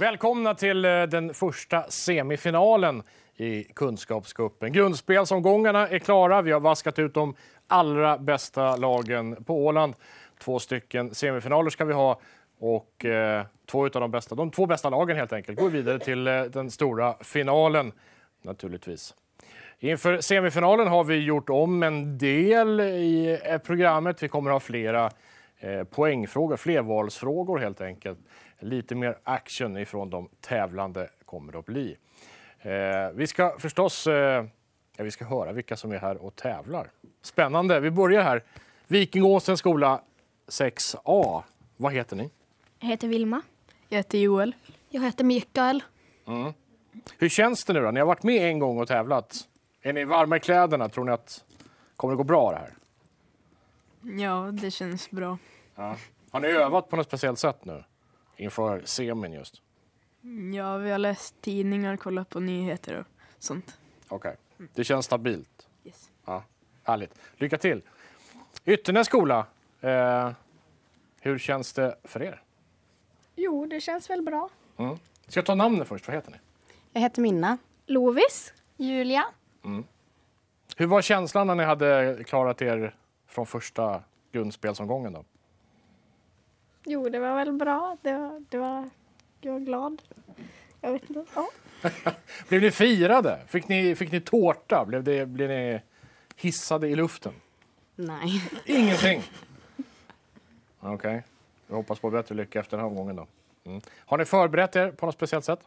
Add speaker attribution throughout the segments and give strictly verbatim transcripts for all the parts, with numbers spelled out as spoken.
Speaker 1: Välkomna till eh, den första semifinalen i Kunskapscupen. Grundspelsomgångarna är klara. Vi har vaskat ut de allra bästa lagen på Åland. Två stycken semifinaler ska vi ha och eh, två utav de bästa, de två bästa lagen helt enkelt går vidare till eh, den stora finalen naturligtvis. Inför semifinalen har vi gjort om en del i eh, programmet. Vi kommer ha flera eh, poängfrågor, flervalsfrågor helt enkelt. Lite mer action ifrån de tävlande kommer det att bli. Eh, vi ska förstås eh, ja, vi ska höra vilka som är här och tävlar. Spännande. Vi börjar här. Vikingåsens skola sex A. Vad heter ni?
Speaker 2: Jag heter Vilma.
Speaker 3: Jag heter Joel.
Speaker 2: Jag heter Mikael.
Speaker 1: Mm. Hur känns det nu då? Ni har varit med en gång och tävlat. Är ni varma i kläderna? Tror ni att kommer det gå bra det här?
Speaker 3: Ja, det känns bra.
Speaker 1: Ja. Har ni övat på något speciellt sätt nu? Inför semin just.
Speaker 3: Ja, vi har läst tidningar, kollat på nyheter och sånt.
Speaker 1: Okej. Okay. Det känns stabilt.
Speaker 3: Yes.
Speaker 1: Ja, härligt. Lycka till. Ytternäs skola. Eh, hur känns det för er?
Speaker 2: Jo, det känns väl bra.
Speaker 1: Mm. Ska jag ta namnet först? Vad heter ni?
Speaker 4: Jag heter Minna.
Speaker 2: Lovis.
Speaker 4: Julia.
Speaker 1: Mm. Hur var känslan när ni hade klarat er från första grundspelsomgången då?
Speaker 2: Jo, det var väl bra. Det var, det var, jag var glad. Jag vet inte. Ja.
Speaker 1: Blev ni firade? Fick ni, fick ni tårta? Blev, det, blev ni hissade i luften?
Speaker 4: Nej.
Speaker 1: Ingenting? Okej. Okay. Jag hoppas på bättre lycka efter den här omgången då. Mm. Har ni förberett er på något speciellt sätt?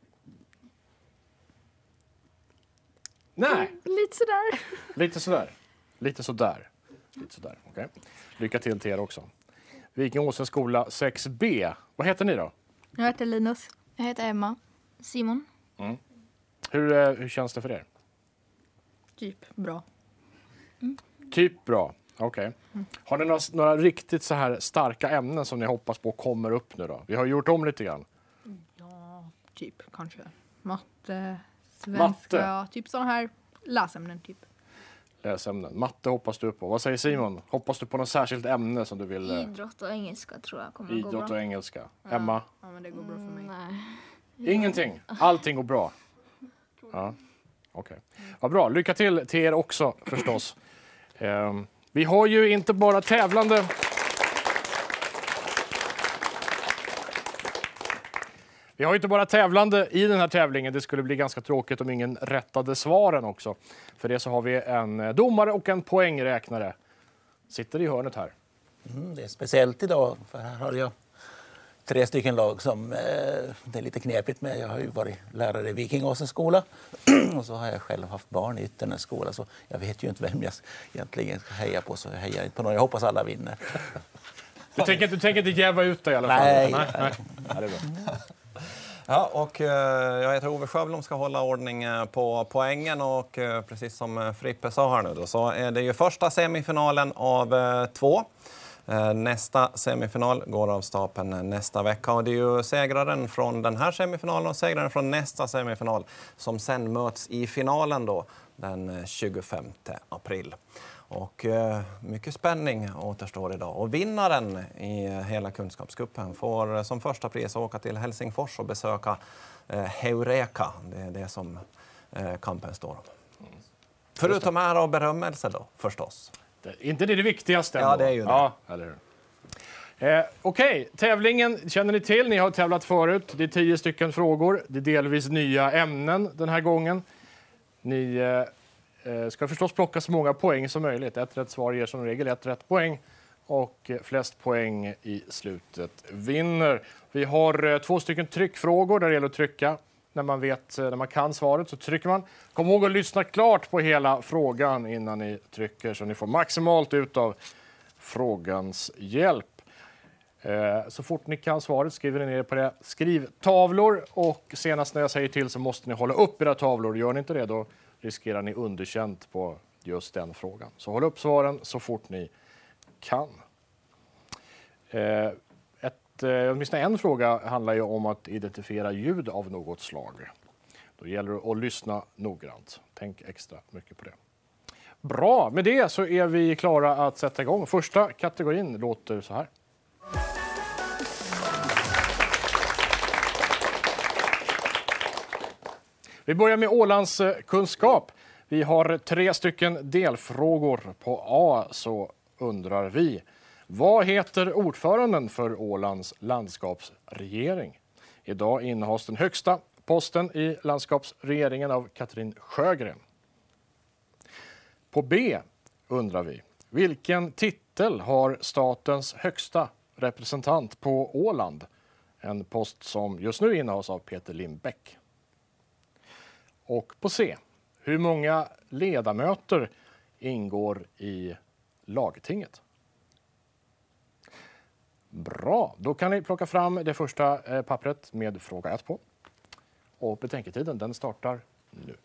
Speaker 1: Nej.
Speaker 2: Mm, lite sådär.
Speaker 1: Lite sådär. Lite sådär. Lite sådär. Okej. Okay. Lycka till till er också. Vikingåsens skola sex B. Vad heter ni då?
Speaker 5: Jag heter Linus.
Speaker 4: Jag heter Emma.
Speaker 5: Simon.
Speaker 1: Mm. Hur, hur känns det för er?
Speaker 5: Typ bra.
Speaker 1: Mm. Typ bra. Okej. Okay. Mm. Har ni några, några riktigt så här starka ämnen som ni hoppas på kommer upp nu då? Vi har gjort om lite grann.
Speaker 5: Ja, typ kanske. Matte, svenska,
Speaker 1: Matte.
Speaker 5: typ sådana här läsämnen typ.
Speaker 1: Läsämnen. Matte hoppas du på. Vad säger Simon? Hoppas du på något särskilt ämne som du vill?
Speaker 6: Idrott och engelska tror jag kommer
Speaker 1: Idrott
Speaker 6: gå bra.
Speaker 1: och engelska.
Speaker 5: Ja.
Speaker 1: Emma?
Speaker 5: Ja, men det går bra för mig.
Speaker 6: Mm, nej.
Speaker 1: Ingenting. Allting går bra. Ja. Okej. Okay. Ja, bra. Lycka till till er också förstås. Um, vi har ju inte bara tävlande. Vi har ju inte bara tävlande i den här tävlingen. Det skulle bli ganska tråkigt om ingen rättade svaren också. För det så har vi en domare och en poängräknare. Sitter i hörnet här.
Speaker 7: Mm, det är speciellt idag, för här har jag tre stycken lag som eh, det är lite knepigt med. Jag har ju varit lärare i Vikingåsens skola och så har jag själv haft barn i Ytternäs skola, så jag vet ju inte vem jag egentligen ska heja på, så jag hejar inte på någon. Jag hoppas alla vinner.
Speaker 1: Du tänker, du tänker inte jäva ut dig i alla fall?
Speaker 7: Nej.
Speaker 1: nej, nej. Ja, det är bra.
Speaker 8: Ja, och eh, jag heter Ove Skövlom, ska hålla ordning eh, på poängen och eh, precis som eh, Frippe sa här nu då, så är det ju första semifinalen av eh, två. Eh, nästa semifinal går av stapeln eh, nästa vecka och det är ju segraren från den här semifinalen och segraren från nästa semifinal som sen möts i finalen då den tjugofemte april. Och eh, mycket spänning återstår idag. Och vinnaren i eh, hela Kunskapscupen får eh, som första pris åka till Helsingfors och besöka eh, Heureka. Det är det som eh, kampen står om. Mm. Förutom ära och berömmelse då, förstås.
Speaker 1: Det, inte det det viktigaste
Speaker 8: ändå. Ja, det är ju det.
Speaker 1: Ja, eller hur? Eh, Okej, okay. Tävlingen känner ni till. Ni har tävlat förut. Det är tio stycken frågor. Det är delvis nya ämnen den här gången. Ni... Eh, ska förstås plocka så många poäng som möjligt. Ett rätt svar ger som regel ett rätt poäng. Och flest poäng i slutet vinner. Vi har två stycken tryckfrågor där det gäller att trycka. När man vet, när man kan svaret så trycker man. Kom ihåg att lyssna klart på hela frågan innan ni trycker. Så ni får maximalt ut av frågans hjälp. Så fort ni kan svaret skriver ni ner på det. Skriv tavlor och senast när jag säger till så måste ni hålla upp era tavlor. Gör ni inte det då riskerar ni underkänt på just den frågan. Så håll upp svaren så fort ni kan. Eh, ett, eh, åtminstone en fråga handlar ju om att identifiera ljud av något slag. Då gäller det att lyssna noggrant. Tänk extra mycket på det. Bra, med det så är vi klara att sätta igång. Första kategorin låter så här. Vi börjar med Ålands kunskap. Vi har tre stycken delfrågor. På A så undrar vi: vad heter ordföranden för Ålands landskapsregering? Idag innehas den högsta posten i landskapsregeringen av Katrin Sjögren. På B undrar vi: vilken titel har statens högsta representant på Åland? En post som just nu innehas av Peter Lindbäck. Och på C: hur många ledamöter ingår i lagtinget? Bra, då kan ni plocka fram det första pappret med fråga ett på. Och betänketiden den startar nu.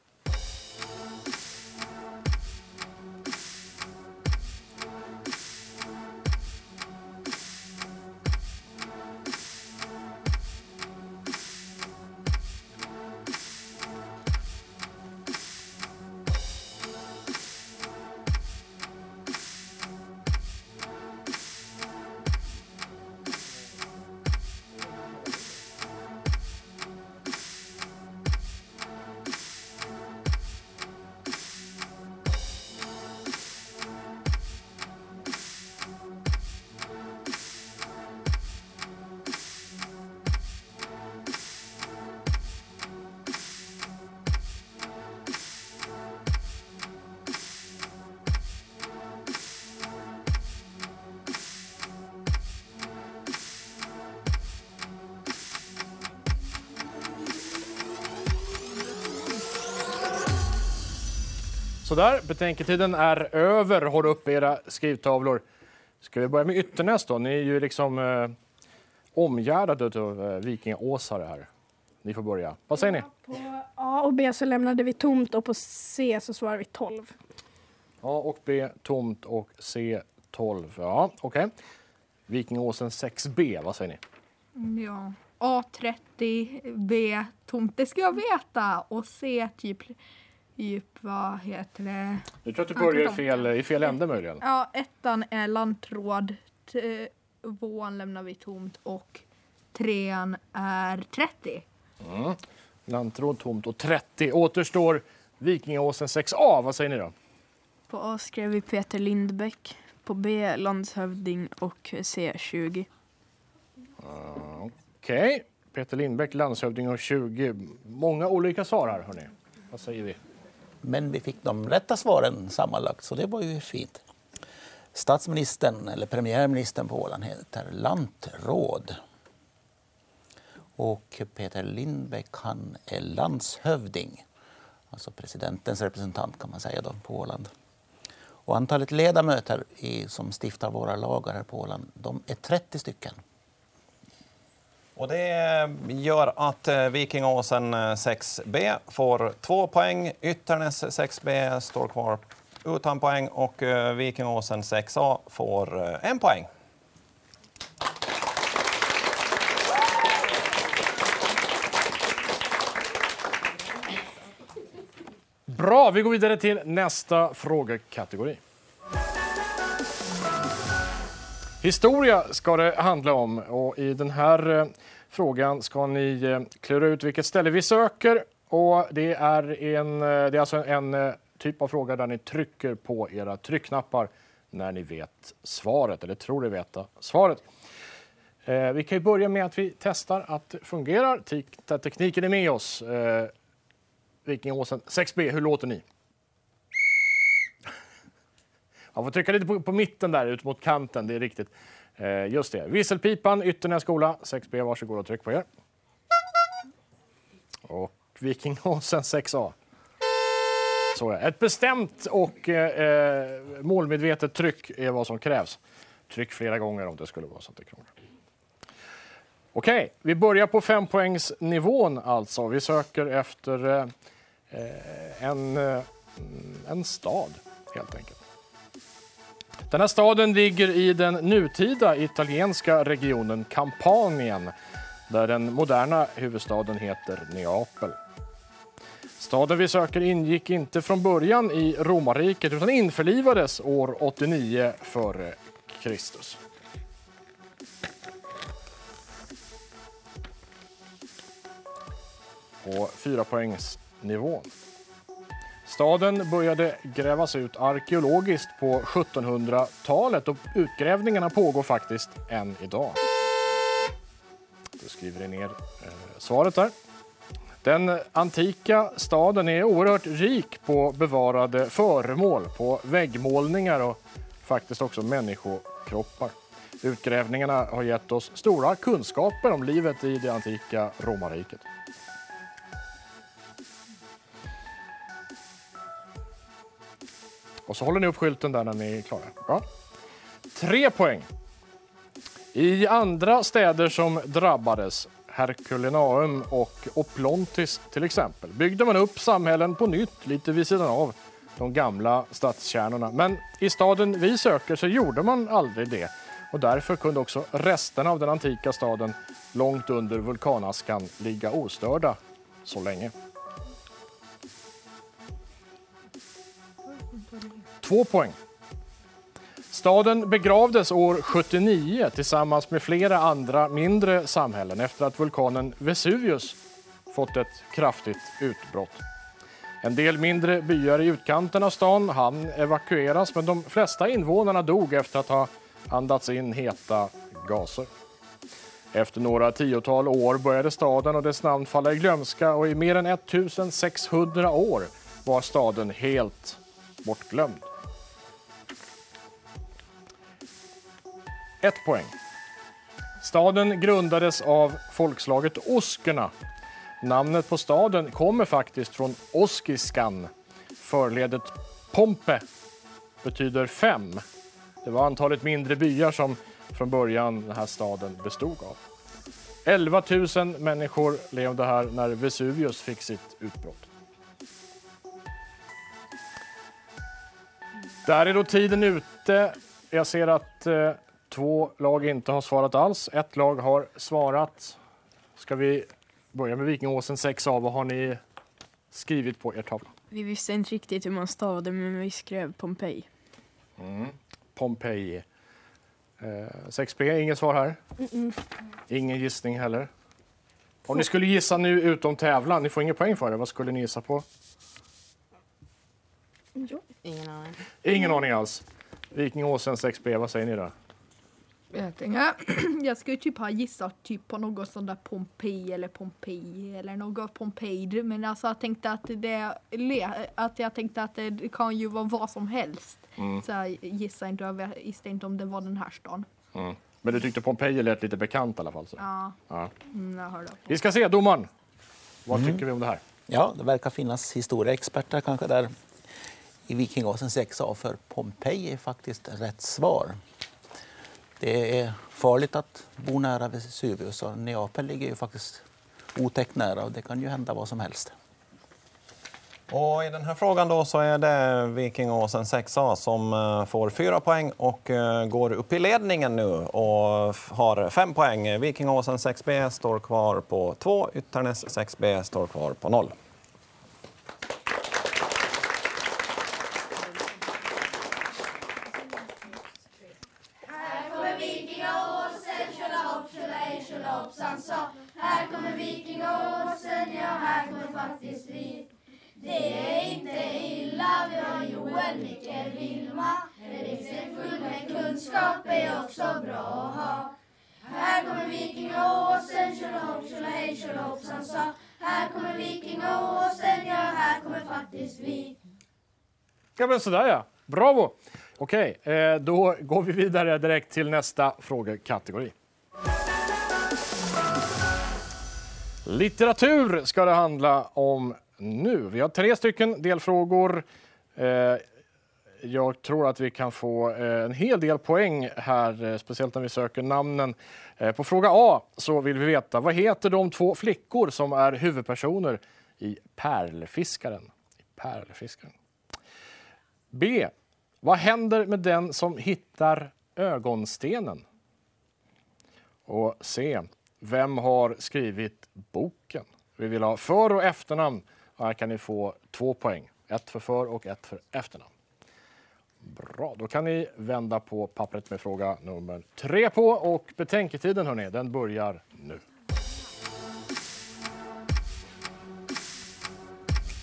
Speaker 1: Så där, betänketiden är över. Håll upp era skrivtavlor. Ska vi börja med Ytternäs då? Ni är ju liksom eh, omgärdade av eh, vikingaåsare här. Ni får börja. Vad säger ni?
Speaker 2: På A och B så lämnade vi tomt och på C så svarar vi tolv.
Speaker 1: A och B tomt och C tolv. Ja, okej. Okay. Vikingaåsen sex B, vad säger ni?
Speaker 5: Ja, A trettio, B tomt, det ska jag veta. Och C typ, typ vad heter det?
Speaker 1: Du tror att du börjar fel, i fel ände möjligen?
Speaker 5: Ja, ettan är lantråd, tvåan lämnar vi tomt och trean är trettio.
Speaker 1: Mm. Lantråd, tomt och trettio. Återstår Vikingaåsen sex A, vad säger ni då?
Speaker 3: På A skrev vi Peter Lindbäck. På B landshövding och C tjugo.
Speaker 1: Uh, Okej, okay. Peter Lindbäck, landshövding och tjugo. Många olika svar här, hörni. Vad säger vi?
Speaker 7: Men vi fick de rätta svaren sammanlagt, så det var ju fint. Statsministern, eller premiärministern på Åland, heter lantråd. Och Peter Lindbäck, han är landshövding. Alltså presidentens representant kan man säga då på Åland. Och antalet ledamöter i, som stiftar våra lagar här på Åland, de är trettio stycken.
Speaker 8: Och det gör att Vikingaåsen sex B får två poäng. Ytternäs sex B står kvar utan poäng och Vikingaåsen sex A får en poäng.
Speaker 1: Bra, vi går vidare till nästa frågekategori. Historia ska det handla om, och i den här eh, frågan ska ni eh, klura ut vilket ställe vi söker. Och det är, en, eh, det är alltså en eh, typ av fråga där ni trycker på era tryckknappar när ni vet svaret, eller tror ni veta svaret. Eh, vi kan ju börja med att vi testar att det fungerar. Te- tekniken är med oss. Eh, Vikingaåsen sex B, hur låter ni? Man får trycka lite på, på mitten där, ut mot kanten, det är riktigt. Eh, just det. Visselpipan, Ytternäs skola, sex B, varsågod och tryck på er. Och Vikingaåsen sex A. Så är. Ett bestämt och eh, målmedvetet tryck är vad som krävs. Tryck flera gånger om det skulle vara så att det krånglar. Okej, vi börjar på fempoängsnivån alltså. Vi söker efter eh, en, eh, en stad helt enkelt. Den här staden ligger i den nutida italienska regionen Kampanien, där den moderna huvudstaden heter Neapel. Staden vi söker ingick inte från början i romarriket utan införlivades år åttionio före Kristus. Och fyra poängs nivån. Staden började grävas ut arkeologiskt på sjuttonhundratalet och utgrävningarna pågår faktiskt än idag. Då skriver ni ner eh, svaret där. Den antika staden är oerhört rik på bevarade föremål, på väggmålningar och faktiskt också människokroppar. Utgrävningarna har gett oss stora kunskaper om livet i det antika romarriket. Och så håller ni upp skylten där när ni är klara. Bra. Tre poäng. I andra städer som drabbades, Herculaneum och Oplontis till exempel, byggde man upp samhällen på nytt lite vid sidan av de gamla stadskärnorna. Men i staden vi söker så gjorde man aldrig det. Och därför kunde också resterna av den antika staden långt under vulkanaskan ligga ostörda så länge. Två poäng. Staden begravdes år sjuttionio tillsammans med flera andra mindre samhällen efter att vulkanen Vesuvius fått ett kraftigt utbrott. En del mindre byar i utkanten av stan hann evakueras, men de flesta invånarna dog efter att ha andats in heta gaser. Efter några tiotal år började staden och dess namn falla i glömska, och i mer än sextonhundra år var staden helt bortglömd. Ett poäng. Staden grundades av folkslaget oskerna. Namnet på staden kommer faktiskt från oskiskan. Förledet Pompe betyder fem. Det var antalet mindre byar som från början den här staden bestod av. elva tusen människor levde här när Vesuvius fick sitt utbrott. Där är då tiden ute. Jag ser att eh, två lag inte har svarat alls. Ett lag har svarat. Ska vi börja med Vikingåsen sex A? Vad har ni skrivit på er tavla?
Speaker 3: Vi visste inte riktigt hur man stavade, men vi skrev Pompeji.
Speaker 1: Mm. Pompeji. Eh, sex B, inget svar här.
Speaker 2: Mm-mm.
Speaker 1: Ingen gissning heller. Om ni skulle gissa nu utom tävlan, ni får ingen poäng för det. Vad skulle ni gissa på?
Speaker 2: Jo.
Speaker 4: Ingen aning.
Speaker 1: Ingen aning alls. Vikingåsen sex B, vad säger ni då?
Speaker 5: Jag, tänker, jag skulle typ ha gissat typ på något sånt där Pompeji eller Pompeji eller något Pompejd. Men alltså jag tänkte att det, att jag tänkte att det kan ju vara vad som helst. Mm. Så jag gissar inte, jag visste inte om det var den här stan.
Speaker 1: Mm. Men du tyckte Pompeji lät lite bekant i alla fall? Så.
Speaker 5: Ja,
Speaker 1: ja.
Speaker 5: Mm, jag hörde.
Speaker 1: Vi ska se, domaren. Vad
Speaker 7: Mm.
Speaker 1: tycker vi om det här?
Speaker 7: Ja, det verkar finnas historieexperter kanske där i Vikingåsen sex A, för Pompeji är faktiskt rätt svar. Det är farligt att bo nära Vesuvius, och Neapel ligger ju faktiskt otäckt nära och det kan ju hända vad som helst.
Speaker 8: Och i den här frågan då så är det Vikingåsen sex A som uh, får fyra poäng och uh, går upp i ledningen nu och har fem poäng. Vikingåsen sex B står kvar på två, Ytternäs sex B står kvar på noll.
Speaker 6: Här kommer Vikingåsen, ja här kommer faktiskt vi. Det är inte illa, vi har Joel, Mikael, Vilma. En ryggsäck full med kunskap är också bra att ha. Här kommer Vikingåsen, tjolahopp, tjolahej, tjolahoppsan sa. Här kommer Vikingåsen, ja här kommer faktiskt vi.
Speaker 1: Ja, men sådär ja. Bravo! Okej, eh, då går vi vidare direkt till nästa frågekategori. Litteratur ska det handla om nu. Vi har tre stycken delfrågor. Eh, jag tror att vi kan få eh, en hel del poäng här, eh, speciellt när vi söker namnen. Eh, på fråga A så vill vi veta, vad heter de två flickor som är huvudpersoner i Pärlfiskaren? I Pärlfiskaren. B. Vad händer med den som hittar ögonstenen? Och C. Vem har skrivit boken? Vi vill ha för- och efternamn. Här kan ni få två poäng. Ett för för- och ett för efternamn. Bra, då kan ni vända på pappret med fråga nummer tre på. Och betänketiden, hörni, den börjar nu.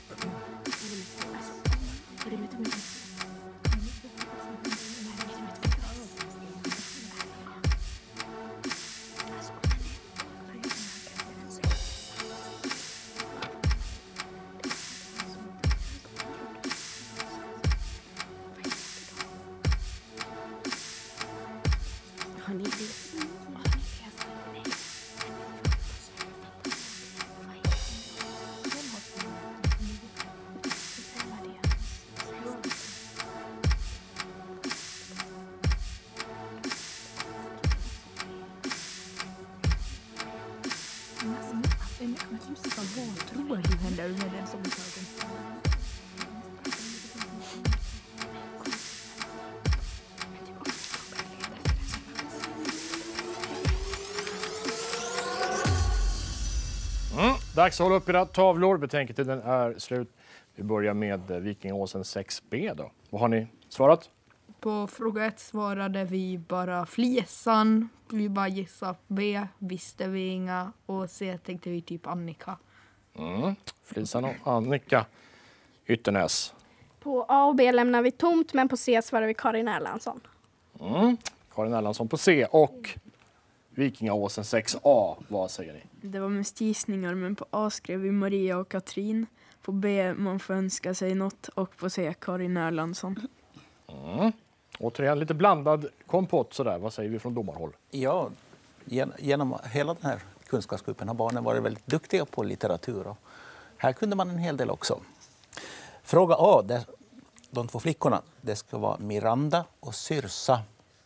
Speaker 1: dags att hålla upp era tavlor. Betänketiden är slut. Vi börjar med Vikingåsen sex B då. Vad har ni svarat?
Speaker 5: På fråga ett svarade vi bara Flesan. Vi bara gissade B, visste vi inga. Och C tänkte vi typ Annika.
Speaker 1: Mm. Flisan och Annika Ytternäs.
Speaker 2: På A och B lämnar vi tomt, men på C svarar vi Karin Erlandsson.
Speaker 1: Mm. Karin Erlandsson på C och Vikingåsen sex A. Vad säger ni?
Speaker 3: Det var mest gissningar, men på A skrev vi Maria och Katrin. På B man får önska sig något och på C Karin Erlandsson.
Speaker 1: Mm. Återigen lite blandad kompott sådär. Vad säger vi från domarhåll?
Speaker 7: Ja, gen- genom hela den här kunskapsgruppen har barnen varit väldigt duktiga på litteratur. Och här kunde man en hel del också. Fråga A, där, de två flickorna, det ska vara Miranda och Syrsa.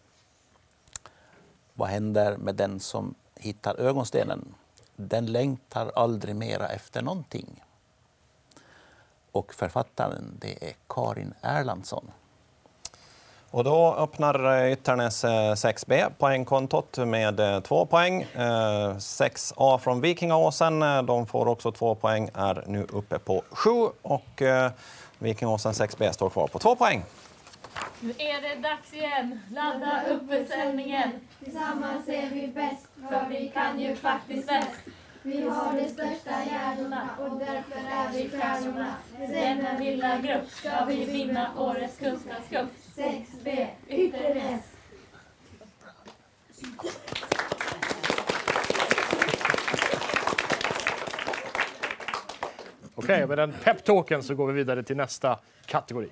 Speaker 7: Vad händer med den som hittar ögonstenen? Den längtar aldrig mera efter någonting. Och författaren, det är Karin Erlandsson.
Speaker 8: Och då öppnar Ytternäs sex B poängkontot med två poäng. sex A från Vikingåsen, de får också två poäng, är nu uppe på sju. Och Vikingåsen sex B står kvar på två poäng.
Speaker 6: Nu är det dags igen, ladda upp beställningen. Tillsammans är vi bäst, för vi kan ju faktiskt bäst. Vi har de största hjärnorna och därför är vi stjärnorna. Denna lilla grupp ska vi vinna årets kunskapscup. sex B, Ytternäs.
Speaker 1: Okej, okay, med den peptalken så går vi vidare till nästa kategori.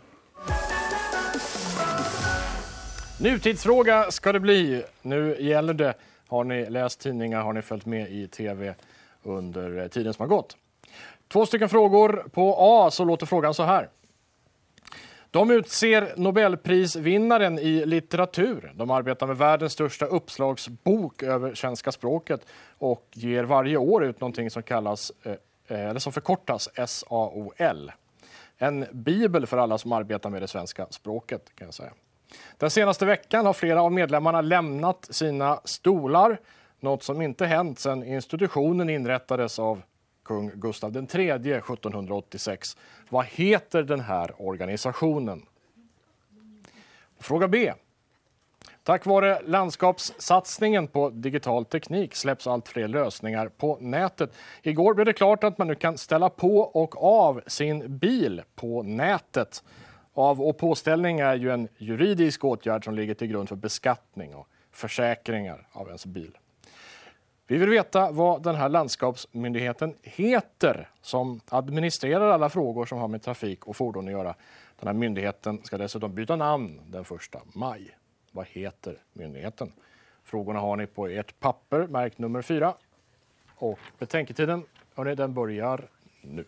Speaker 1: Nutidsfråga ska det bli. Nu gäller det. Har ni läst tidningar, har ni följt med i tv under tiden som har gått? Två stycken frågor. På A så låter frågan så här. De utser Nobelprisvinnaren i litteratur. De arbetar med världens största uppslagsbok över svenska språket och ger varje år ut någonting som kallas, eller som förkortas S A O L. En bibel för alla som arbetar med det svenska språket, kan jag säga. Den senaste veckan har flera av medlemmarna lämnat sina stolar. Något som inte hänt sedan institutionen inrättades av kung Gustav den tredje sjuttonhundraåttiosex. Vad heter den här organisationen? Fråga B. Tack vare landskapssatsningen på digital teknik släpps allt fler lösningar på nätet. Igår blev det klart att man nu kan ställa på och av sin bil på nätet. Av- och påställning är ju en juridisk åtgärd som ligger till grund för beskattning och försäkringar av ens bil. Vi vill veta vad den här landskapsmyndigheten heter som administrerar alla frågor som har med trafik och fordon att göra. Den här myndigheten ska dessutom byta namn den första maj. Vad heter myndigheten? Frågorna har ni på ert papper, märkt nummer fyra. Och betänketiden, hörni, den börjar nu.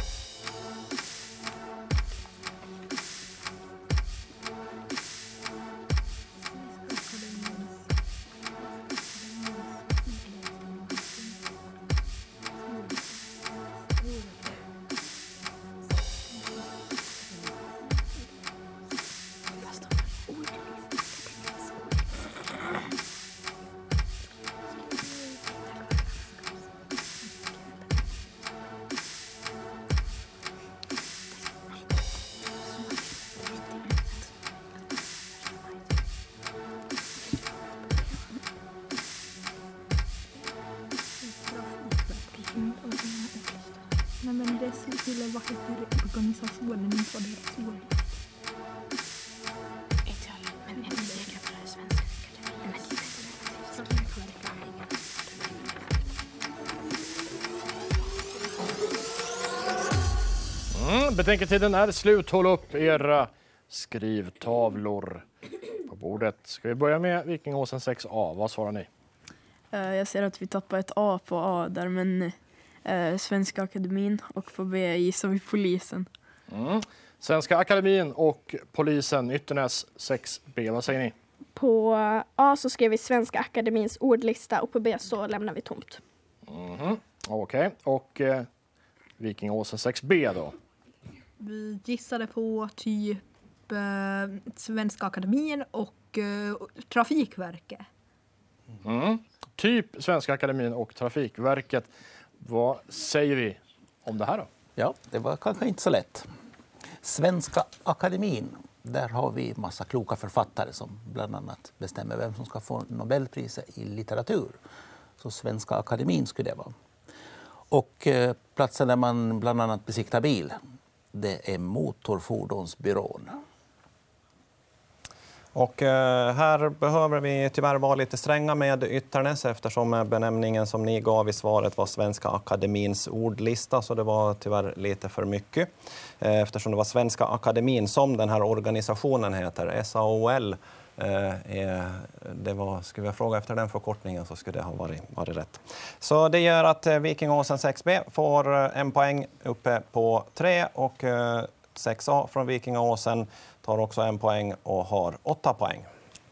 Speaker 5: Nej, men det skulle vara heter organisationen, inte vad det är.
Speaker 4: Inte jag, men är säker på det svenska
Speaker 1: Mm, betänketiden är slut. Håll upp era skrivtavlor på bordet. Ska vi börja med Vikingåsen sex A? Vad svarar ni?
Speaker 3: Jag ser att vi tappar ett A på A där, men eh, Svenska Akademin, och på B gissar vi polisen.
Speaker 1: Mm. Svenska Akademin och polisen, Ytternäs sex B. Vad säger ni?
Speaker 2: På A så skrev vi Svenska Akademins ordlista och på B så lämnar vi tomt.
Speaker 1: Mm. Okej, okay. Och eh, Vikingåsen sex B då?
Speaker 5: Vi gissade på typ eh, Svenska Akademin och eh, Trafikverket.
Speaker 1: Mm. Typ Svenska Akademin och Trafikverket. Vad säger vi om det här då?
Speaker 7: Ja, det var kanske inte så lätt. Svenska Akademin, där har vi massa kloka författare som bland annat bestämmer vem som ska få Nobelpriset i litteratur. Så Svenska Akademin skulle det vara. Och eh, platsen där man bland annat besiktar bil, det är Motorfordonsbyrån.
Speaker 8: Och eh, här behöver vi tyvärr vara lite stränga med Ytternäs eftersom benämningen som ni gav i svaret var Svenska Akademins ordlista, så det var tyvärr lite för mycket. Eh, eftersom det var Svenska Akademin som den här organisationen heter, S A O L. Eh, är, det var, skulle jag fråga efter den förkortningen så skulle det ha varit, varit rätt. Så det gör att eh, Vikingåsen sex B får eh, en poäng uppe på tre och eh, sex A från Vikingåsen tar också en poäng och har åtta poäng.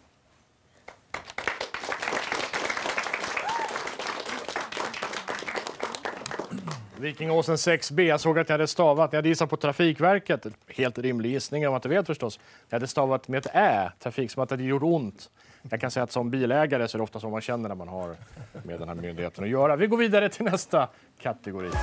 Speaker 1: Vikingåsen sex B, jag såg att jag hade stavat, jag hade gissat på Trafikverket, helt rimlig gissning om att jag vet förstås. Jag hade stavat med ett ä, trafik, som att det gjorde ont. Jag kan säga att som bilägare så är det ofta som man känner när man har med den här myndigheten att göra. Vi går vidare till nästa kategori.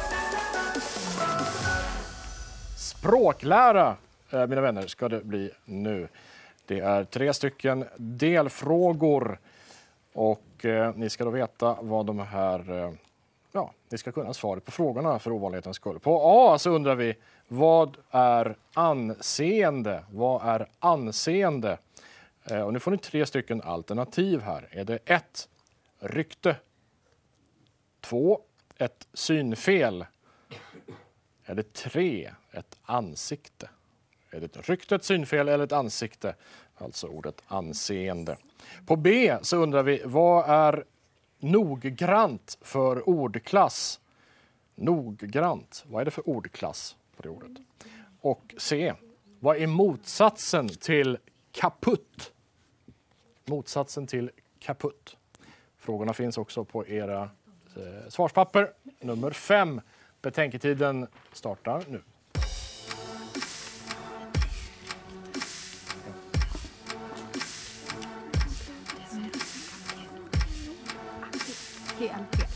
Speaker 1: Språklära, mina vänner, ska det bli nu. Det är tre stycken delfrågor och eh, ni ska då veta vad de här... Eh, ja, ni ska kunna svara på frågorna för ovanlighetens skull. På A så undrar vi, vad är anseende? Vad är anseende? Eh, och nu får ni tre stycken alternativ här. Är det ett, rykte? Två, ett synfel? Är det tre, ett ansikte? Är det ett rykte, ett synfel eller ett ansikte? Alltså ordet anseende. På B så undrar vi, vad är noggrant för ordklass? Noggrant, vad är det för ordklass på det ordet? Och C, vad är motsatsen till kaputt? Motsatsen till kaputt. Frågorna finns också på era eh, svarspapper. Nummer fem. Betänketiden startar nu.
Speaker 5: Helt, helt.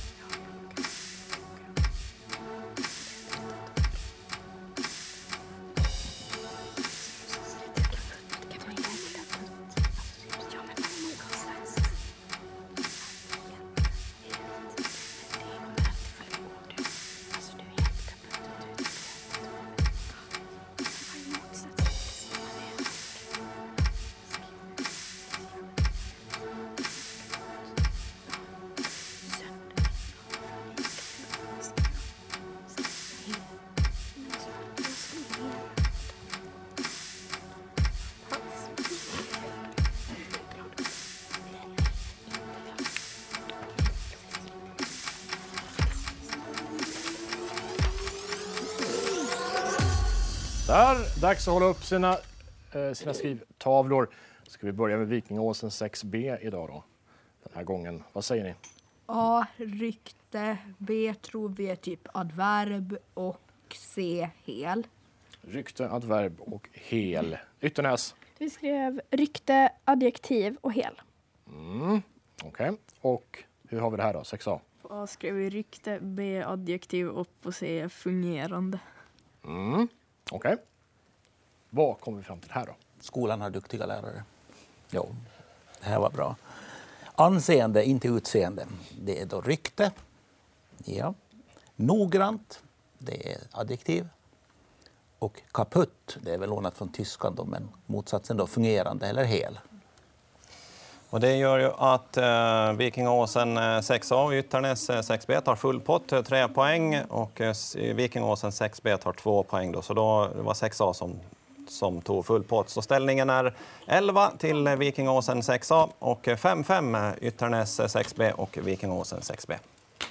Speaker 1: Där, dags att hålla upp sina, eh, sina skrivtavlor. Ska vi börja med Vikingåsen sex B idag då? Den här gången. Vad säger ni?
Speaker 5: A, rykte. B tror vi är typ adverb och C, hel.
Speaker 1: Rykte, adverb och hel. Ytternäs.
Speaker 2: Vi skrev rykte, adjektiv och hel.
Speaker 1: Mm, Okej. Okay. Och hur har vi det här då? sex A.
Speaker 3: På A skrev vi rykte, B adjektiv och på C fungerande.
Speaker 1: Mm. Okej. Okay. Vad kommer vi fram till här då?
Speaker 7: Skolan har duktiga lärare. Jo, det här var bra. Anseende, inte utseende. Det är då rykte. Ja. Noggrant, det är adjektiv. Och kaputt, det är väl lånat från tyskan då, men motsatsen då fungerande eller hel.
Speaker 8: Och det gör ju att eh, Vikingåsen eh, sex A och Ytternäs eh, sex B tar full pott, eh, tre poäng. Och eh, Vikingåsen sex B tar två poäng då. Så då det var sex A som, som tog full pott. Så ställningen är elva till eh, Vikingåsen sex A och fem fem eh, Ytternäs eh, sex B och Vikingåsen sex B.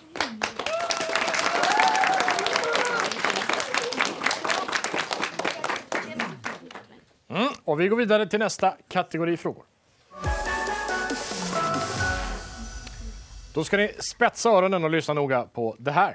Speaker 1: Mm. Och vi går vidare till nästa kategori frågor. Då ska ni spetsa öronen och lyssna noga på det här.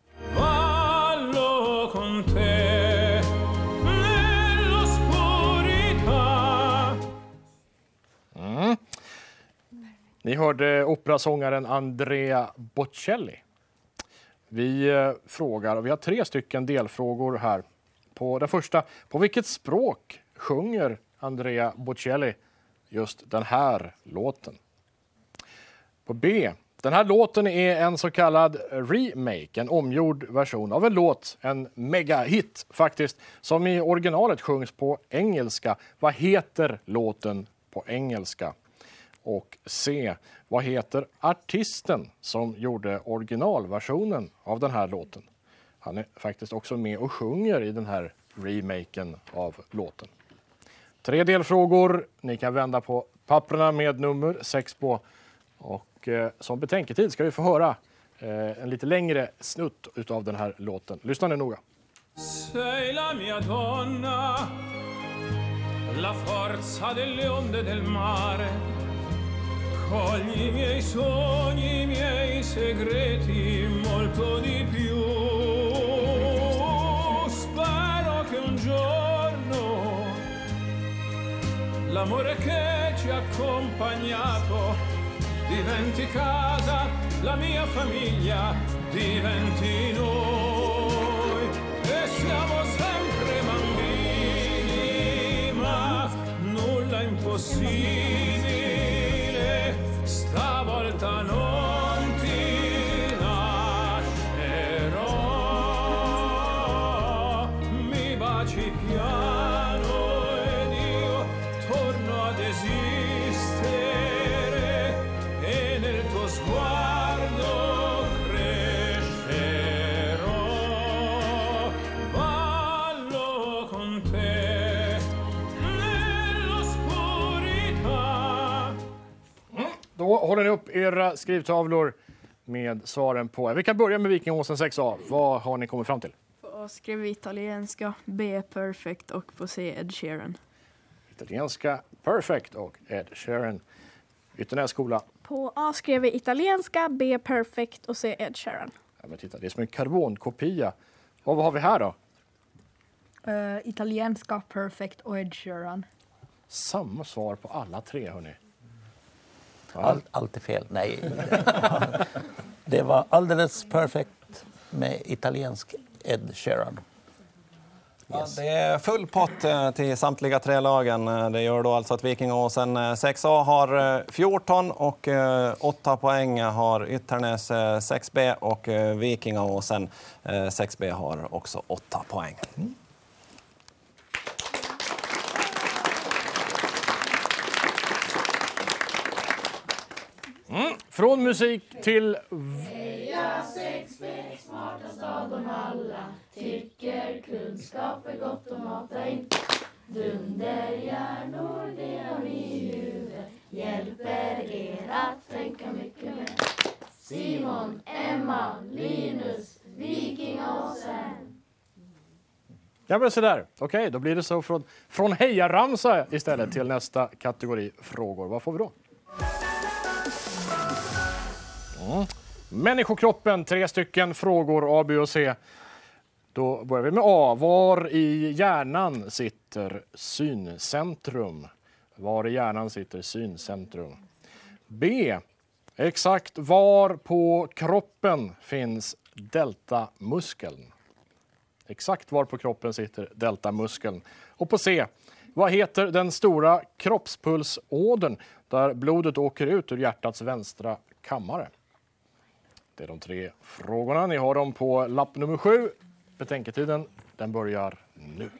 Speaker 1: Mm. Ni hörde operasångaren Andrea Bocelli. Vi eh, frågar, och vi har tre stycken delfrågor här. På den första, på vilket språk sjunger Andrea Bocelli just den här låten? På B, den här låten är en så kallad remake, en omgjord version av en låt, en megahit faktiskt, som i originalet sjungs på engelska. Vad heter låten på engelska? Och C, vad heter artisten som gjorde originalversionen av den här låten? Han är faktiskt också med och sjunger i den här remaken av låten. Tre delfrågor. Ni kan vända på papperna med nummer sex på. Och eh, som betänketid ska vi få höra eh, en lite längre snutt utav den här låten. Lyssna nu noga.
Speaker 9: Sei la mia donna, la forza delle onde del mare. Cogli i miei sogni, i miei segreti, molto di più. Spero che un giorno l'amore che ci ha accompagnato diventi casa, la mia famiglia diventi noi. E siamo sempre bambini, ma nulla impossibile. Stavolta non ti lascerò. Mi baci piano ed io torno ad esistere e nel tuo sguardo crescerò. Ballo con te nell'oscurità.
Speaker 1: Då håller ni upp era skrivtavlor med svaren på. Vi kan börja med Vikingåsen sex A. Vad har ni kommit fram till?
Speaker 3: På A skrev vi italienska, B perfect och på C Ed Sheeran.
Speaker 1: Italienska, perfect och Ed Sheeran. Ytternäs skola.
Speaker 2: På A skrev vi italienska, B perfect och C Ed Sheeran.
Speaker 1: Ja, men titta, det är som en karbonkopia. Och vad har vi här då?
Speaker 5: Uh, italienska, perfect och Ed Sheeran.
Speaker 1: Samma svar på alla tre, hörni. Ja.
Speaker 7: Allt, allt är fel. Nej. Det var alldeles perfekt med italiensk Ed Sheeran.
Speaker 8: Ja, det är full pott eh, till samtliga tre lagen. Eh, Det gör då alltså att Vikingåsen eh, sex A har eh, fjorton och eh, åtta poäng har Ytternäs eh, sex B och eh, Vikingåsen eh, sex B har också åtta poäng.
Speaker 7: Mm.
Speaker 1: Mm. Från musik till...
Speaker 6: Heja sex B, smartast av dem alla. Tycker kunskap är gott och matar inte. Dunderhjärnor, det har ni i huvudet. Hjälper er att tänka mycket mer. Simon, Emma, Linus, Vikingåsen.
Speaker 1: Ja, men så där. Okej, då blir det så från, från hejaramsa istället till nästa kategori frågor. Vad får vi då? Mm. Människokroppen, tre stycken frågor A, B och C. Då börjar vi med A. Var i hjärnan sitter syncentrum? Var i hjärnan sitter syncentrum? B. Exakt var på kroppen finns deltamuskeln? Exakt var på kroppen sitter deltamuskeln. Och på C. Vad heter den stora kroppspulsådern där blodet åker ut ur hjärtats vänstra kammare? Det är de tre frågorna. Ni har dem på lapp nummer sju. Betänketiden, den börjar nu.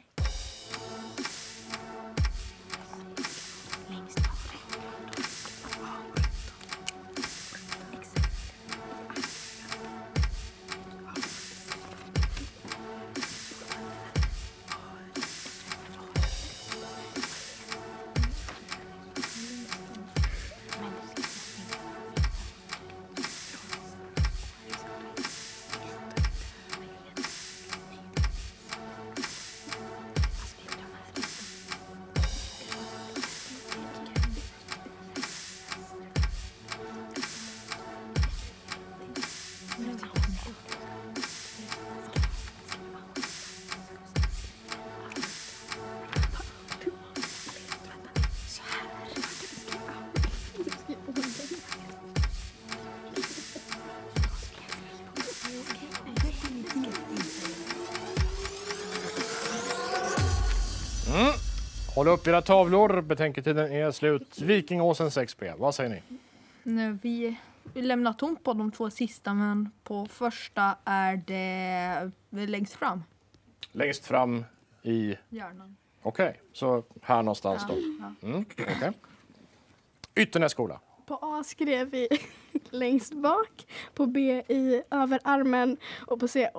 Speaker 1: Håll upp era tavlor. Betänketiden är slut. Vikingåsen sex B. Vad säger ni?
Speaker 5: Nej, vi, vi lämnar tomt på de två sista, men på första är det längst fram.
Speaker 1: Längst fram i...
Speaker 5: Hjärnan.
Speaker 1: Okej, okay. Så här någonstans då. Mm, okay. Ytternässkola.
Speaker 2: På A skrev vi längst bak, på B i överarmen och på C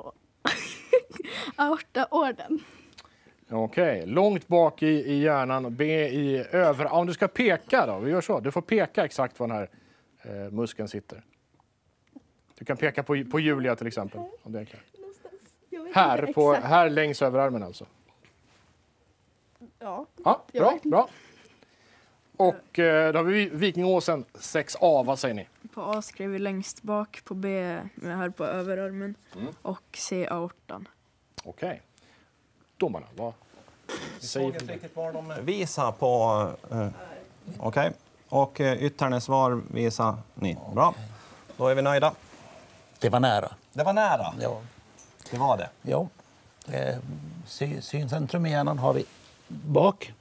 Speaker 2: aortaorden.
Speaker 1: Okej, okay. Långt bak i, i hjärnan och B i över... Om du ska peka då, vi gör så. Du får peka exakt var den här eh, muskeln sitter. Du kan peka på, på Julia till exempel. Om det är klart. Här, på, här längs överarmen alltså.
Speaker 2: Ja.
Speaker 1: Ja, bra, bra. Och eh, då har vi Vikingåsen sex A, vad säger ni?
Speaker 3: På A skrev vi längst bak, på B här på överarmen mm. och C aortan.
Speaker 1: Okej. Okay. Domarna, vad
Speaker 8: säger du? Jag såg inte riktigt var de visar på... Uh, Okej. Okay. Och uh, Ytternäs var visar ni. Bra. Då är vi nöjda.
Speaker 7: Det var nära.
Speaker 8: Det var nära?
Speaker 7: Ja.
Speaker 8: Det var det?
Speaker 7: Ja. Eh, sy- syncentrum i hjärnan har vi bak.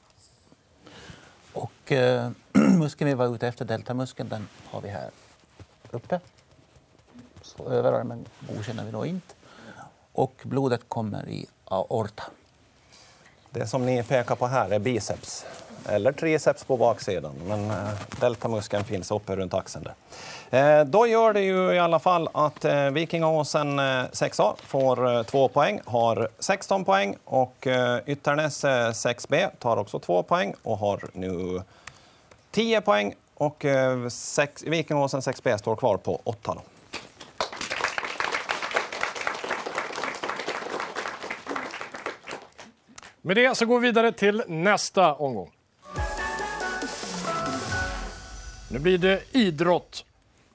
Speaker 7: Och eh, muskeln vi var ute efter, deltamuskeln, den har vi här uppe. Så överarmen godkänner vi nog inte. Och blodet kommer i aorta.
Speaker 8: Det som ni pekar på här är biceps. Eller triceps på baksidan. Men eh, deltamuskeln finns uppe runt axeln där. Eh, då gör det ju i alla fall att eh, Vikingåsen eh, sex A får eh, två poäng. Har sexton poäng. Och eh, Ytternäs eh, sex B tar också två poäng. Och har nu tio poäng. Och eh, sex, Vikingåsen sex B står kvar på åtta då.
Speaker 1: Med det så går vi vidare till nästa omgång. Nu blir det idrott.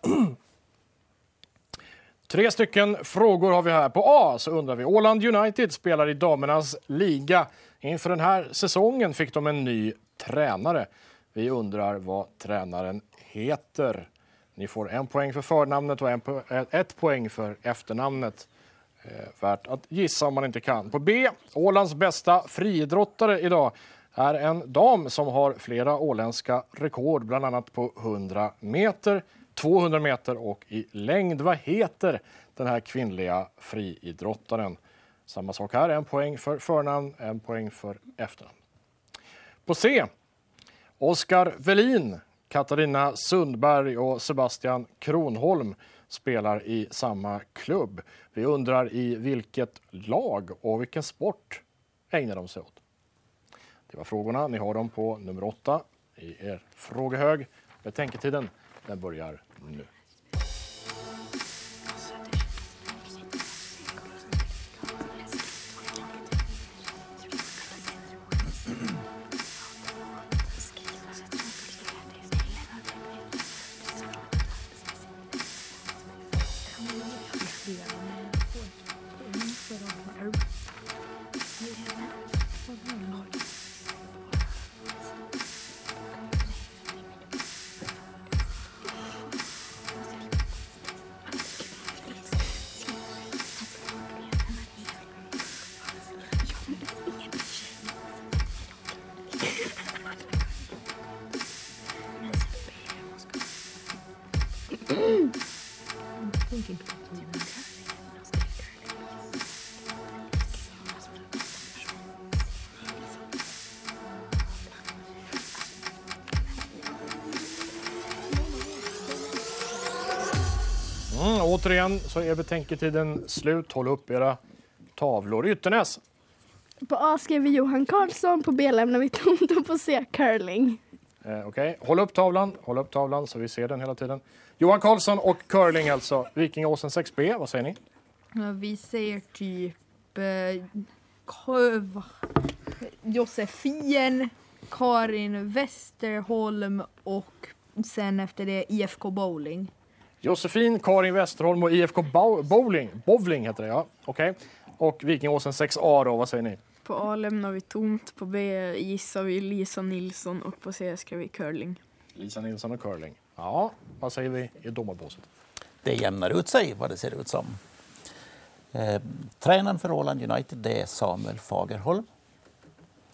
Speaker 1: Tre stycken frågor har vi här. På A så undrar vi. Åland United spelar i damernas liga. Inför den här säsongen fick de en ny tränare. Vi undrar vad tränaren heter. Ni får en poäng för förnamnet och en po- ett poäng för efternamnet. Eh, värt att gissa om man inte kan. På B, Ålands bästa friidrottare idag är en dam som har flera åländska rekord, bland annat på hundra meter, tvåhundra meter och i längd. Vad heter den här kvinnliga friidrottaren? Samma sak här, en poäng för förnamn, en poäng för efternamn. På C, Oskar Velin, Katarina Sundberg och Sebastian Kronholm spelar i samma klubb. Vi undrar i vilket lag och vilken sport ägnar de sig åt. Det var frågorna. Ni har dem på nummer åtta i er frågehög. Betänketiden, den börjar nu. Mm, återigen så är betänketiden slut. Håll upp era tavlor. Ytternäs.
Speaker 2: På A skrev vi Johan Karlsson, på B lämnar vi tomt och på C curling.
Speaker 1: Eh, Okej, okay. Håll upp tavlan. Håll upp tavlan så vi ser den hela tiden. Johan Karlsson och curling alltså. Vikingåsen sex B, vad säger ni?
Speaker 5: Ja, vi säger typ eh, Köva, Josefin, Karin Westerholm och sen efter det I F K Bowling.
Speaker 1: Josefin, Karin Westerholm och I F K Bowling. Bowling heter det, ja. Okej. Okay. Och Vikingåsen sex A då, vad säger ni?
Speaker 3: På A lämnar vi tomt, på B gissar vi Lisa Nilsson och på C skrev vi curling.
Speaker 1: Lisa Nilsson och curling. Ja, vad säger vi i domarbåset?
Speaker 7: Det jämnar ut sig vad det ser ut som. Eh, tränaren för Åland United det är Samuel Fagerholm.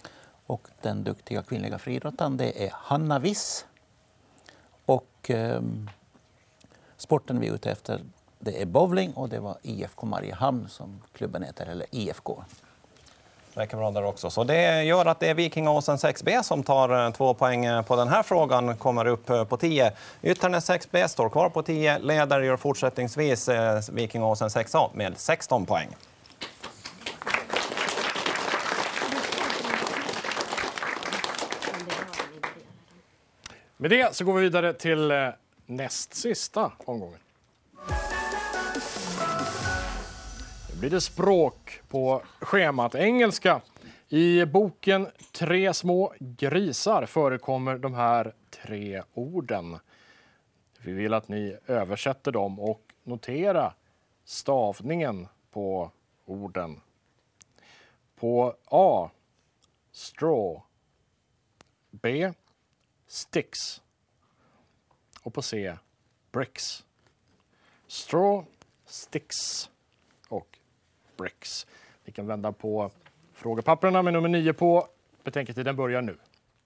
Speaker 7: Och den duktiga kvinnliga friidrottaren det är Hanna Wiss. Och eh, sporten vi är ute efter det är bowling och det var I F K Mariehamn som klubben heter, eller I F K.
Speaker 8: Räcker bra där också. Så det gör att det är Vikingåsen sex B som tar två poäng på den här frågan, kommer upp på tio. Ytternäs sex B står kvar på tio, leder gör fortsättningsvis Vikingåsen sex A med sexton poäng.
Speaker 1: Med det så går vi vidare till eh, näst sista omgången. Nu blir det språk på schemat. Engelska. I boken Tre små grisar förekommer de här tre orden. Vi vill att ni översätter dem och notera stavningen på orden. På A. Straw. B. Sticks. Och på C. Bricks. Straw, sticks och bricks. Vi kan vända på frågepapperna med nummer nio på. Betänketiden börjar nu.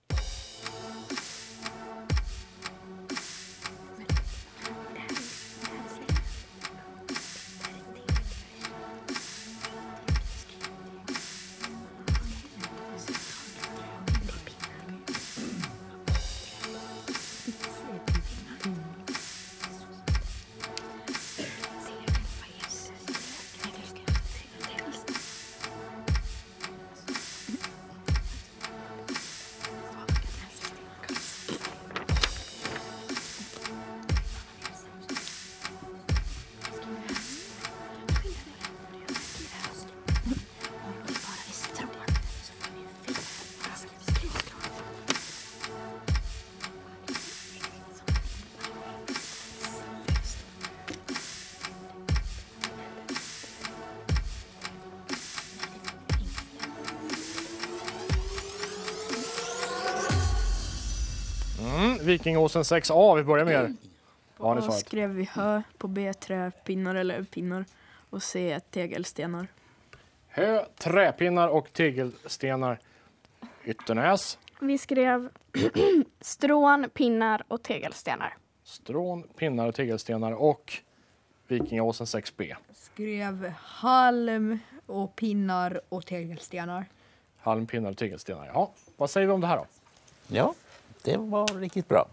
Speaker 1: Vikingåsen sex A, vi börjar med er.
Speaker 3: På A skrev vi hö, på B träpinnar eller pinnar och C tegelstenar.
Speaker 1: Hö, träpinnar och tegelstenar. Ytternäs.
Speaker 2: Vi skrev strån, pinnar och tegelstenar.
Speaker 1: Strån, pinnar och tegelstenar och Vikingåsen sex B.
Speaker 5: Skrev halm och pinnar och tegelstenar.
Speaker 1: Halm, pinnar och tegelstenar. Ja, vad säger vi om det här då?
Speaker 7: Ja, det var riktigt bra.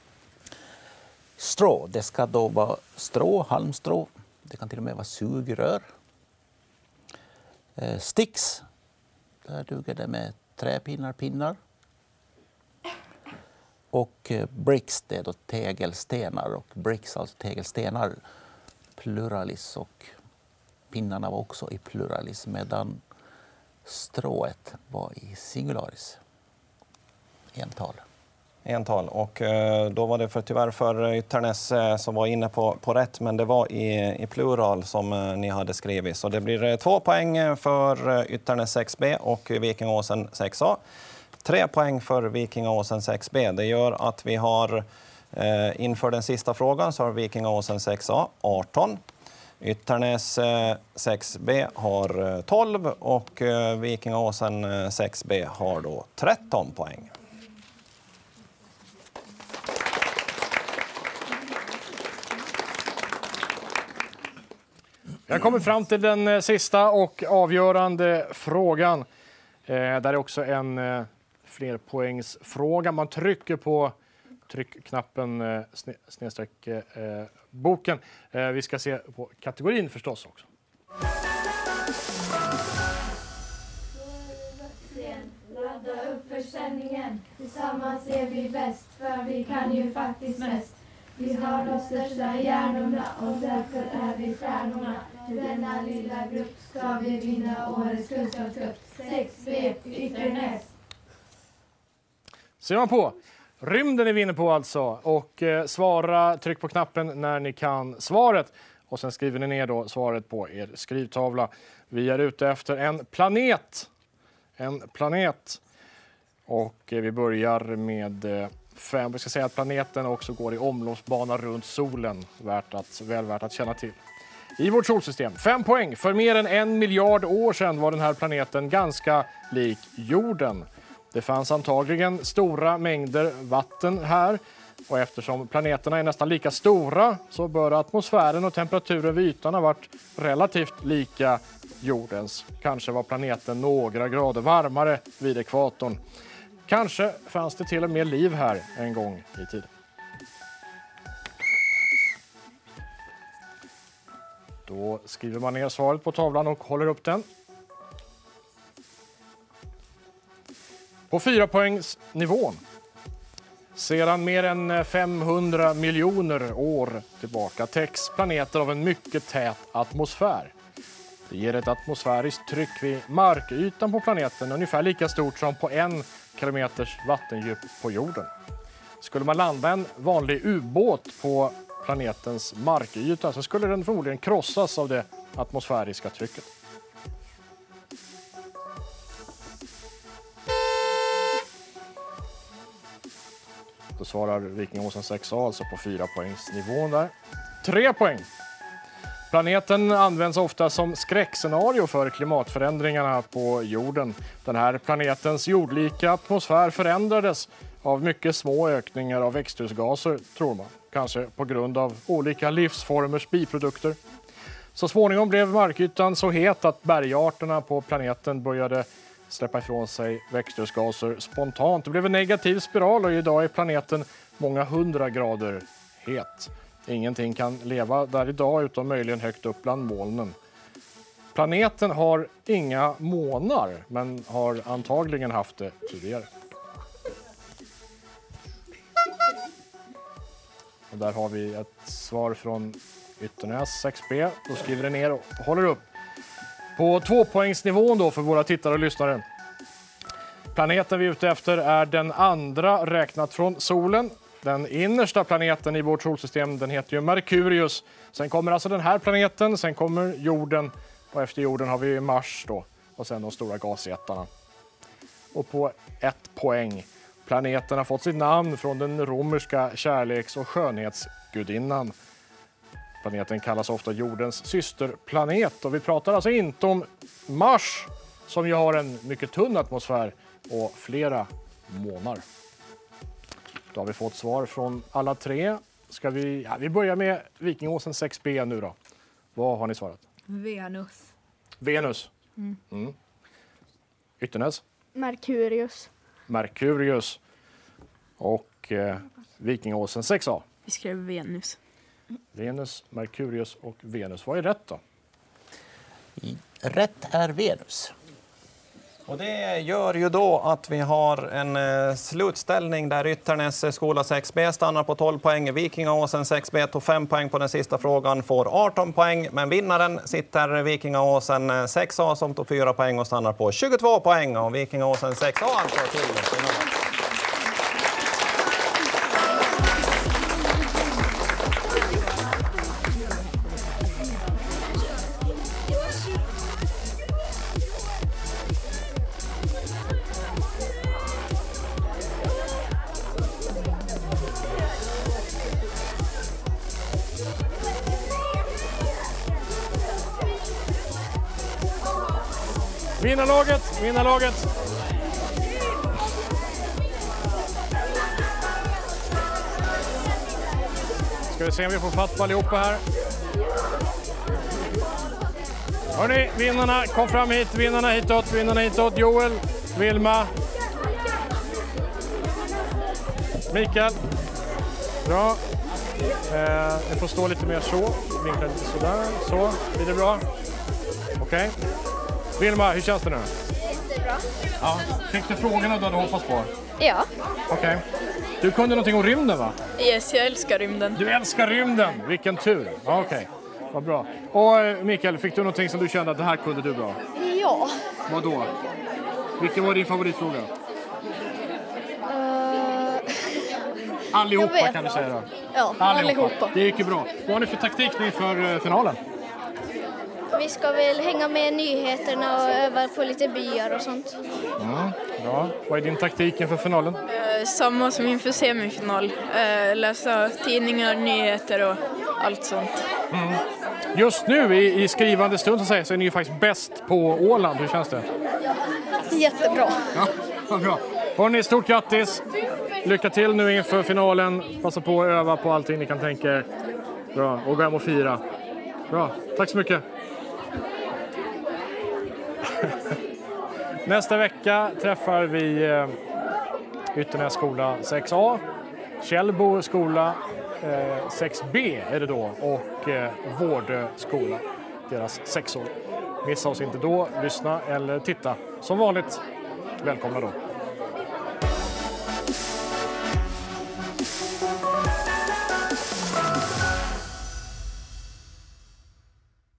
Speaker 7: Strå, det ska då vara strå, halmstrå. Det kan till och med vara sugrör. Eh, sticks, där duger det med träpinnar, pinnar. Och eh, bricks, det är då tegelstenar. Och bricks, alltså tegelstenar, pluralis. Och pinnarna var också i pluralis, medan strået var i singularis. Ental.
Speaker 8: Ental. Och eh, då var det för, tyvärr för Ytternäs eh, som var inne på, på rätt, men det var i, i plural som eh, ni hade skrivit. Så det blir eh, två poäng för eh, Ytternäs sex B och Vikingåsen sex A. Tre poäng för Vikingåsen sex B. Det gör att vi har eh, inför den sista frågan så har Vikingåsen sex A arton. Ytternäs eh, sex B har eh, tolv och eh, Vikingåsen eh, sex B har då tretton poäng.
Speaker 1: Jag kommer fram till den sista och avgörande frågan. Eh, där är också en eh, flerpoängsfråga. Man trycker på tryckknappen eh, sne, snedstreck eh, boken. Eh, vi ska se på kategorin förstås också.
Speaker 6: Ladda upp för sändningen. Tillsammans är vi bäst, för vi kan ju faktiskt mest. Vi har de största hjärnorna och därför är vi stjärnorna. Till denna lilla grupp ska vi vinna årets kunskapscup. sex B Ytternäs.
Speaker 1: Ser man på. Rymden är vi inne på alltså. Och eh, svara, tryck på knappen när ni kan svaret. Och sen skriver ni ner då svaret på er skrivtavla. Vi är ute efter en planet. En planet. Och eh, vi börjar med eh, fem. Vi ska säga att planeten också går i omloppsbana runt solen. Värt att, väl värt att känna till. I vårt solsystem. Fem poäng. För mer än en miljard år sedan var den här planeten ganska lik jorden. Det fanns antagligen stora mängder vatten här. Och eftersom planeterna är nästan lika stora så bör atmosfären och temperaturen vid ytan ha varit relativt lika jordens. Kanske var planeten några grader varmare vid ekvatorn. Kanske fanns det till och med liv här en gång i tiden. Då skriver man ner svaret på tavlan och håller upp den. På fyra poängs nivån. Sedan mer än femhundra miljoner år tillbaka täcks planeter av en mycket tät atmosfär. Det ger ett atmosfäriskt tryck vid markytan på planeten ungefär lika stort som på en kilometers vattendjup på jorden. Skulle man landa en vanlig ubåt på planetens markyta så skulle den förmodligen krossas av det atmosfäriska trycket. Då svarar Vikingåsen sex A alltså på fyra poängsnivån där. Tre poäng. Planeten används ofta som skräckscenario för klimatförändringarna på jorden. Den här planetens jordlika atmosfär förändrades av mycket små ökningar av växthusgaser, tror man. Kanske på grund av olika livsformers biprodukter. Så småningom blev markytan så het att bergarterna på planeten började släppa ifrån sig växthusgaser spontant. Det blev en negativ spiral och idag är planeten många hundra grader het. Ingenting kan leva där idag utom möjligen högt upp bland molnen. Planeten har inga månar men har antagligen haft det tidigare. Och där har vi ett svar från Ytternäs sex B. Då skriver det ner och håller upp. På tvåpoängsnivån då för våra tittare och lyssnare. Planeten vi är ute efter är den andra räknat från solen. Den innersta planeten i vårt solsystem den heter ju Merkurius. Sen kommer alltså den här planeten, sen kommer jorden och efter jorden har vi Mars då. Och sen de stora gasjättarna. Och på ett poäng. Planeten har fått sitt namn från den romerska kärleks- och skönhetsgudinnan. Planeten kallas ofta jordens systerplanet och vi pratar alltså inte om Mars som ju har en mycket tunn atmosfär och flera månar. Då har vi fått svar från alla tre. Ska vi, ja, vi börjar med Vikingåsen sex B nu då. Vad har ni svarat?
Speaker 5: Venus.
Speaker 1: Venus. Mm. Mm. Ytternäs?
Speaker 2: Merkurius.
Speaker 1: Merkurius. Och eh, Vikingåsen sex A.
Speaker 3: Vi skrev Venus.
Speaker 1: Venus, Merkurius och Venus. Vad är rätt då?
Speaker 7: Rätt är Venus.
Speaker 8: Och det gör ju då att vi har en eh, slutställning där Ytternäs skola sex B stannar på tolv poäng. Vikingåsen sex B tog fem poäng på den sista frågan, får arton poäng. Men vinnaren sitter Vikingåsen sex A som tog fyra poäng och stannar på tjugotvå poäng. Och Vikingåsen sex A alltså till final.
Speaker 1: Vinnarlaget, vinnarlaget. Ska vi se om vi får fatt på allihopa här. Hörrni, vinnarna, kom fram hit. Vinnarna hitåt, vinnarna hitåt. Joel, Vilma. Mikael. Bra. Eh, ni får stå lite mer så. Vinkla lite sådär. Så, blir det bra? Okej. Okay. Vilma, hur känns det nu?
Speaker 2: Jättebra.
Speaker 1: Ja. Fick du frågorna du hade hoppats på?
Speaker 2: Ja.
Speaker 1: Okej. Okay. Du kunde någonting om rymden, va?
Speaker 3: Yes, jag älskar rymden.
Speaker 1: Du älskar rymden! Vilken tur! Ja, okej. Okay. Vad bra. Och Mikael, fick du någonting som du kände att det här kunde du bra?
Speaker 2: Ja.
Speaker 1: Vad då? Vilken var din favoritfråga?
Speaker 2: Uh...
Speaker 1: Allihopa kan du säga då.
Speaker 2: Ja, allihopa. allihopa.
Speaker 1: Det gick ju bra. Vad har ni för taktik nu för finalen?
Speaker 2: Vi ska väl hänga med nyheterna och öva på lite byar och sånt.
Speaker 1: Mm, bra. Vad är din taktik inför finalen?
Speaker 3: Uh, samma som inför semifinal. Uh, läsa tidningar, nyheter och allt sånt.
Speaker 1: Mm. Just nu i, i skrivande stund så, säger, så är ni ju faktiskt bäst på Åland. Hur känns det?
Speaker 2: Jättebra.
Speaker 1: Ja. Vad bra. Hörrni, stort grattis. Lycka till nu inför finalen. Passa på att öva på allting ni kan tänka er. Bra, och gå hem och fira. Bra, tack så mycket. Nästa vecka träffar vi eh, Ytternäs skola sex A, Källbo skola eh, sex B är det då och eh, Vårdö skola, deras sexor. Missa oss inte då, lyssna eller titta. Som vanligt, välkomna då.